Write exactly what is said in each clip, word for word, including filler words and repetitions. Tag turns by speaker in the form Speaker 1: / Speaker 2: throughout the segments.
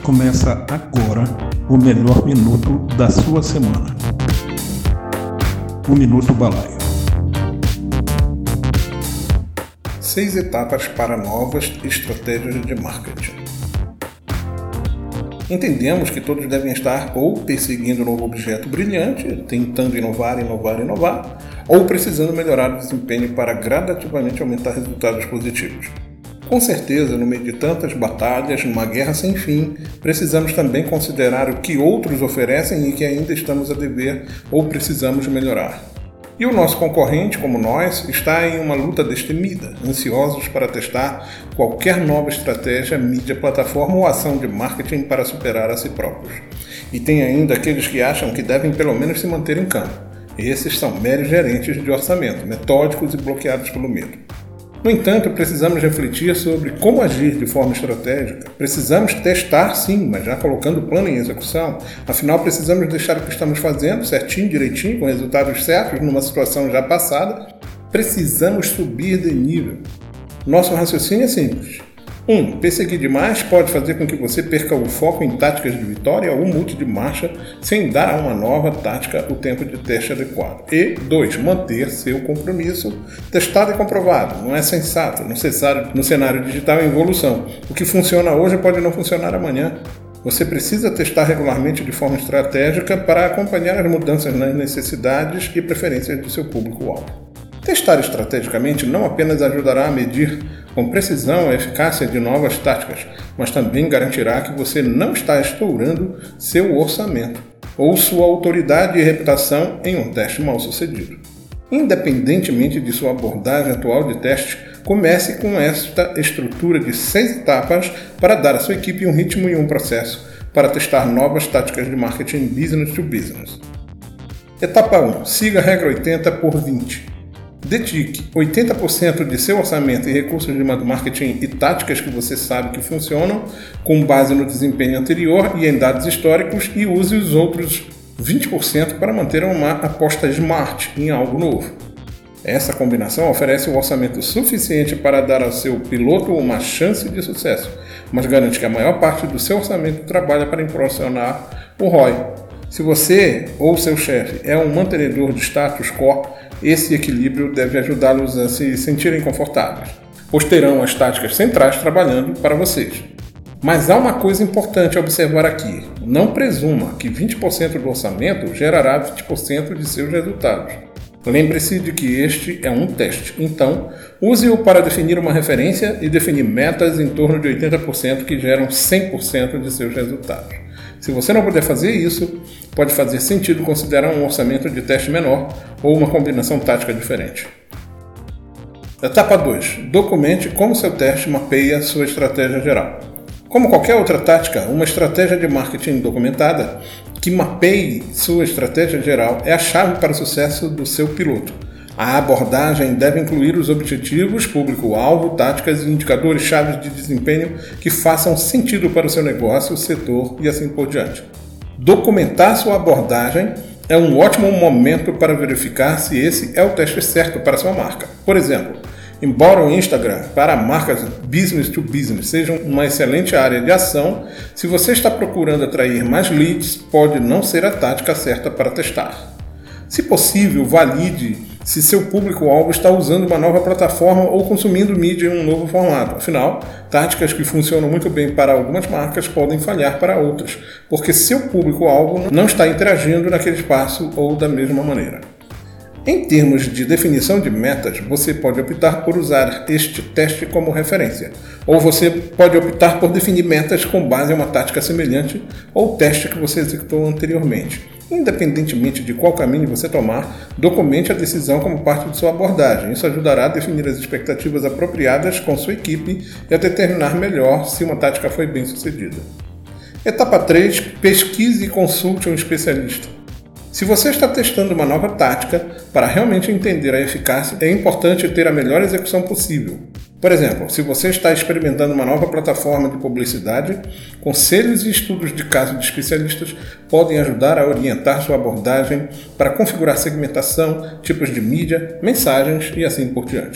Speaker 1: Começa agora o melhor minuto da sua semana. O Minuto Balaio.
Speaker 2: Seis etapas para novas estratégias de marketing. Entendemos que todos devem estar ou perseguindo um novo objeto brilhante, tentando inovar, inovar, inovar, ou precisando melhorar o desempenho para gradativamente aumentar resultados positivos. Com certeza, no meio de tantas batalhas, numa guerra sem fim, precisamos também considerar o que outros oferecem e que ainda estamos a dever ou precisamos melhorar. E o nosso concorrente, como nós, está em uma luta destemida, ansiosos para testar qualquer nova estratégia, mídia, plataforma ou ação de marketing para superar a si próprios. E tem ainda aqueles que acham que devem pelo menos se manter em campo. Esses são meros gerentes de orçamento, metódicos e bloqueados pelo medo. No entanto, precisamos refletir sobre como agir de forma estratégica. Precisamos testar sim, mas já colocando o plano em execução. Afinal, precisamos deixar o que estamos fazendo certinho, direitinho, com resultados certos, numa situação já passada. Precisamos subir de nível. Nosso raciocínio é simples. um. Perseguir demais pode fazer com que você perca o foco em táticas de vitória ou mude de marcha sem dar a uma nova tática o tempo de teste adequado. E dois. Manter seu compromisso testado e comprovado. Não é sensato no cenário, no cenário digital em evolução. O que funciona hoje pode não funcionar amanhã. Você precisa testar regularmente de forma estratégica para acompanhar as mudanças nas necessidades e preferências do seu público-alvo. Testar estrategicamente não apenas ajudará a medir com precisão a eficácia de novas táticas, mas também garantirá que você não está estourando seu orçamento ou sua autoridade e reputação em um teste mal sucedido. Independentemente de sua abordagem atual de teste, comece com esta estrutura de seis etapas para dar à sua equipe um ritmo e um processo para testar novas táticas de marketing business to business. Etapa um. Siga a regra oitenta por vinte. Dedique oitenta por cento de seu orçamento e recursos de marketing e táticas que você sabe que funcionam com base no desempenho anterior e em dados históricos e use os outros vinte por cento para manter uma aposta smart em algo novo. Essa combinação oferece um orçamento suficiente para dar ao seu piloto uma chance de sucesso, mas garante que a maior parte do seu orçamento trabalha para impulsionar o R O I. Se você ou seu chefe é um mantenedor de status quo, esse equilíbrio deve ajudá-los a se sentirem confortáveis, pois terão as táticas centrais trabalhando para vocês. Mas há uma coisa importante a observar aqui. Não presuma que vinte por cento do orçamento gerará vinte por cento de seus resultados. Lembre-se de que este é um teste, então use-o para definir uma referência e definir metas em torno de oitenta por cento que geram cem por cento de seus resultados. Se você não puder fazer isso, pode fazer sentido considerar um orçamento de teste menor ou uma combinação tática diferente. Etapa dois. Documente como seu teste mapeia sua estratégia geral. Como qualquer outra tática, uma estratégia de marketing documentada que mapeie sua estratégia geral é a chave para o sucesso do seu piloto. A abordagem deve incluir os objetivos, público-alvo, táticas e indicadores-chave de desempenho que façam sentido para o seu negócio, setor e assim por diante. Documentar sua abordagem é um ótimo momento para verificar se esse é o teste certo para sua marca. Por exemplo, embora o Instagram para marcas business to business seja uma excelente área de ação, se você está procurando atrair mais leads, pode não ser a tática certa para testar. Se possível, valide se seu público-alvo está usando uma nova plataforma ou consumindo mídia em um novo formato. Afinal, táticas que funcionam muito bem para algumas marcas podem falhar para outras, porque seu público-alvo não está interagindo naquele espaço ou da mesma maneira. Em termos de definição de metas, você pode optar por usar este teste como referência, ou você pode optar por definir metas com base em uma tática semelhante ou teste que você executou anteriormente. Independentemente de qual caminho você tomar, documente a decisão como parte de sua abordagem. Isso ajudará a definir as expectativas apropriadas com sua equipe e a determinar melhor se uma tática foi bem sucedida. Etapa três. Pesquise e consulte um especialista. Se você está testando uma nova tática, para realmente entender a eficácia, é importante ter a melhor execução possível. Por exemplo, se você está experimentando uma nova plataforma de publicidade, conselhos e estudos de caso de especialistas podem ajudar a orientar sua abordagem para configurar segmentação, tipos de mídia, mensagens e assim por diante.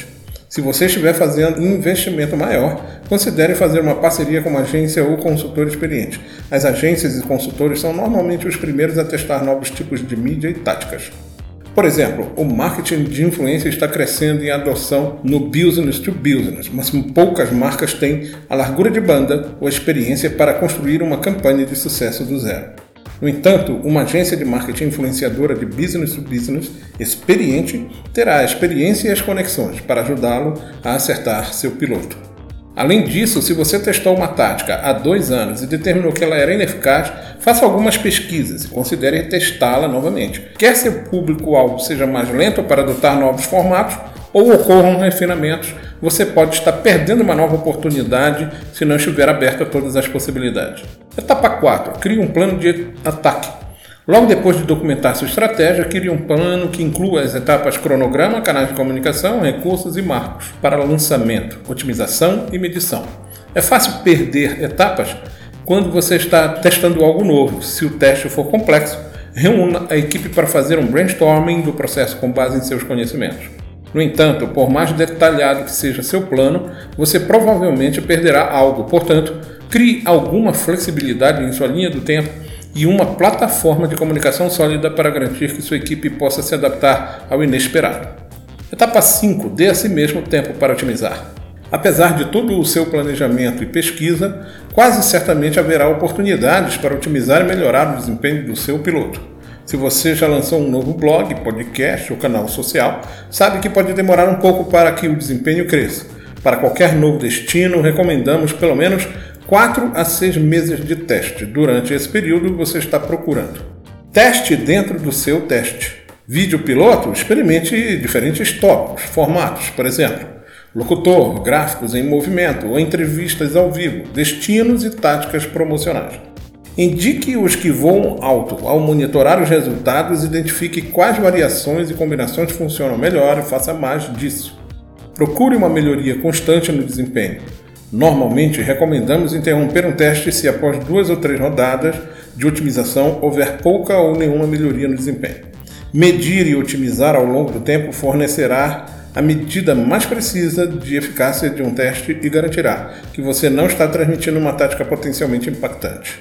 Speaker 2: Se você estiver fazendo um investimento maior, considere fazer uma parceria com uma agência ou consultor experiente. As agências e consultores são normalmente os primeiros a testar novos tipos de mídia e táticas. Por exemplo, o marketing de influência está crescendo em adoção no business to business, mas poucas marcas têm a largura de banda ou a experiência para construir uma campanha de sucesso do zero. No entanto, uma agência de marketing influenciadora de business to business experiente terá a experiência e as conexões para ajudá-lo a acertar seu piloto. Além disso, se você testou uma tática há dois anos e determinou que ela era ineficaz, faça algumas pesquisas e considere testá-la novamente. Quer seu público-alvo seja mais lento para adotar novos formatos ou ocorram refinamentos, você pode estar perdendo uma nova oportunidade se não estiver aberto a todas as possibilidades. Etapa quatro. Crie um plano de ataque. Logo depois de documentar sua estratégia, crie um plano que inclua as etapas cronograma, canais de comunicação, recursos e marcos para lançamento, otimização e medição. É fácil perder etapas quando você está testando algo novo. Se o teste for complexo, reúna a equipe para fazer um brainstorming do processo com base em seus conhecimentos. No entanto, por mais detalhado que seja seu plano, você provavelmente perderá algo. Portanto, crie alguma flexibilidade em sua linha do tempo e uma plataforma de comunicação sólida para garantir que sua equipe possa se adaptar ao inesperado. Etapa cinco. Dê a si mesmo tempo para otimizar. Apesar de todo o seu planejamento e pesquisa, quase certamente haverá oportunidades para otimizar e melhorar o desempenho do seu piloto. Se você já lançou um novo blog, podcast ou canal social, sabe que pode demorar um pouco para que o desempenho cresça. Para qualquer novo destino, recomendamos pelo menos quatro a seis meses de teste. Durante esse período, você está procurando. Teste dentro do seu teste. Vídeo piloto, experimente diferentes tópicos, formatos, por exemplo, locutor, gráficos em movimento ou entrevistas ao vivo, destinos e táticas promocionais. Indique os que voam alto. Ao monitorar os resultados, identifique quais variações e combinações funcionam melhor e faça mais disso. Procure uma melhoria constante no desempenho. Normalmente, recomendamos interromper um teste se após duas ou três rodadas de otimização houver pouca ou nenhuma melhoria no desempenho. Medir e otimizar ao longo do tempo fornecerá a medida mais precisa de eficácia de um teste e garantirá que você não está transmitindo uma tática potencialmente impactante.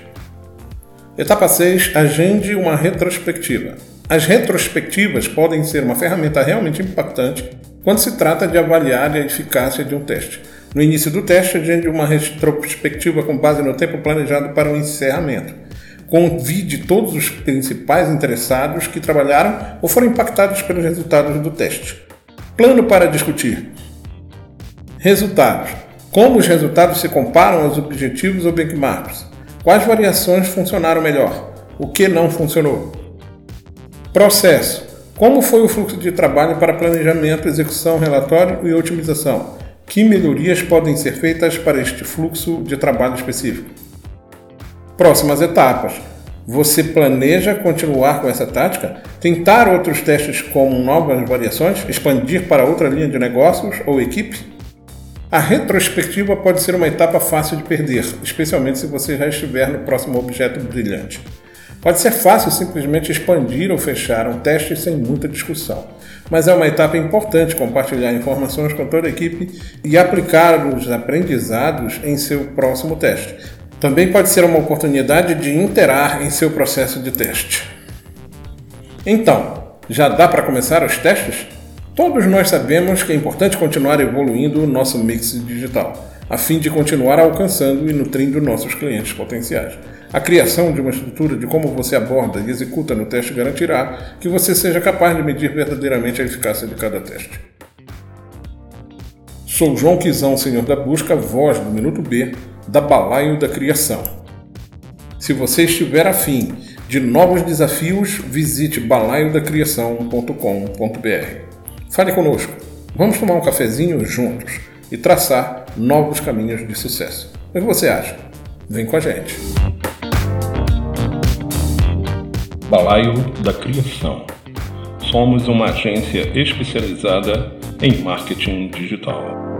Speaker 2: Etapa seis. Agende uma retrospectiva. As retrospectivas podem ser uma ferramenta realmente impactante quando se trata de avaliar a eficácia de um teste. No início do teste, agende uma retrospectiva com base no tempo planejado para o encerramento. Convide todos os principais interessados que trabalharam ou foram impactados pelos resultados do teste. Plano para discutir. Resultados. Como os resultados se comparam aos objetivos ou benchmarks? Quais variações funcionaram melhor? O que não funcionou? Processo. Como foi o fluxo de trabalho para planejamento, execução, relatório e otimização? Que melhorias podem ser feitas para este fluxo de trabalho específico? Próximas etapas. Você planeja continuar com essa tática? Tentar outros testes com novas variações? Expandir para outra linha de negócios ou equipe? A retrospectiva pode ser uma etapa fácil de perder, especialmente se você já estiver no próximo objeto brilhante. Pode ser fácil simplesmente expandir ou fechar um teste sem muita discussão, mas é uma etapa importante compartilhar informações com toda a equipe e aplicar os aprendizados em seu próximo teste. Também pode ser uma oportunidade de interar em seu processo de teste. Então, já dá para começar os testes? Todos nós sabemos que é importante continuar evoluindo o nosso mix digital, a fim de continuar alcançando e nutrindo nossos clientes potenciais. A criação de uma estrutura de como você aborda e executa no teste garantirá que você seja capaz de medir verdadeiramente a eficácia de cada teste. Sou João Quizão, Senhor da Busca, voz do Minuto B, da Balaio da Criação. Se você estiver afim de novos desafios, visite balaio da criação ponto com ponto b r. Fale conosco, vamos tomar um cafezinho juntos e traçar novos caminhos de sucesso. O que você acha? Vem com a gente.
Speaker 1: Balaio da Criação. Somos uma agência especializada em marketing digital.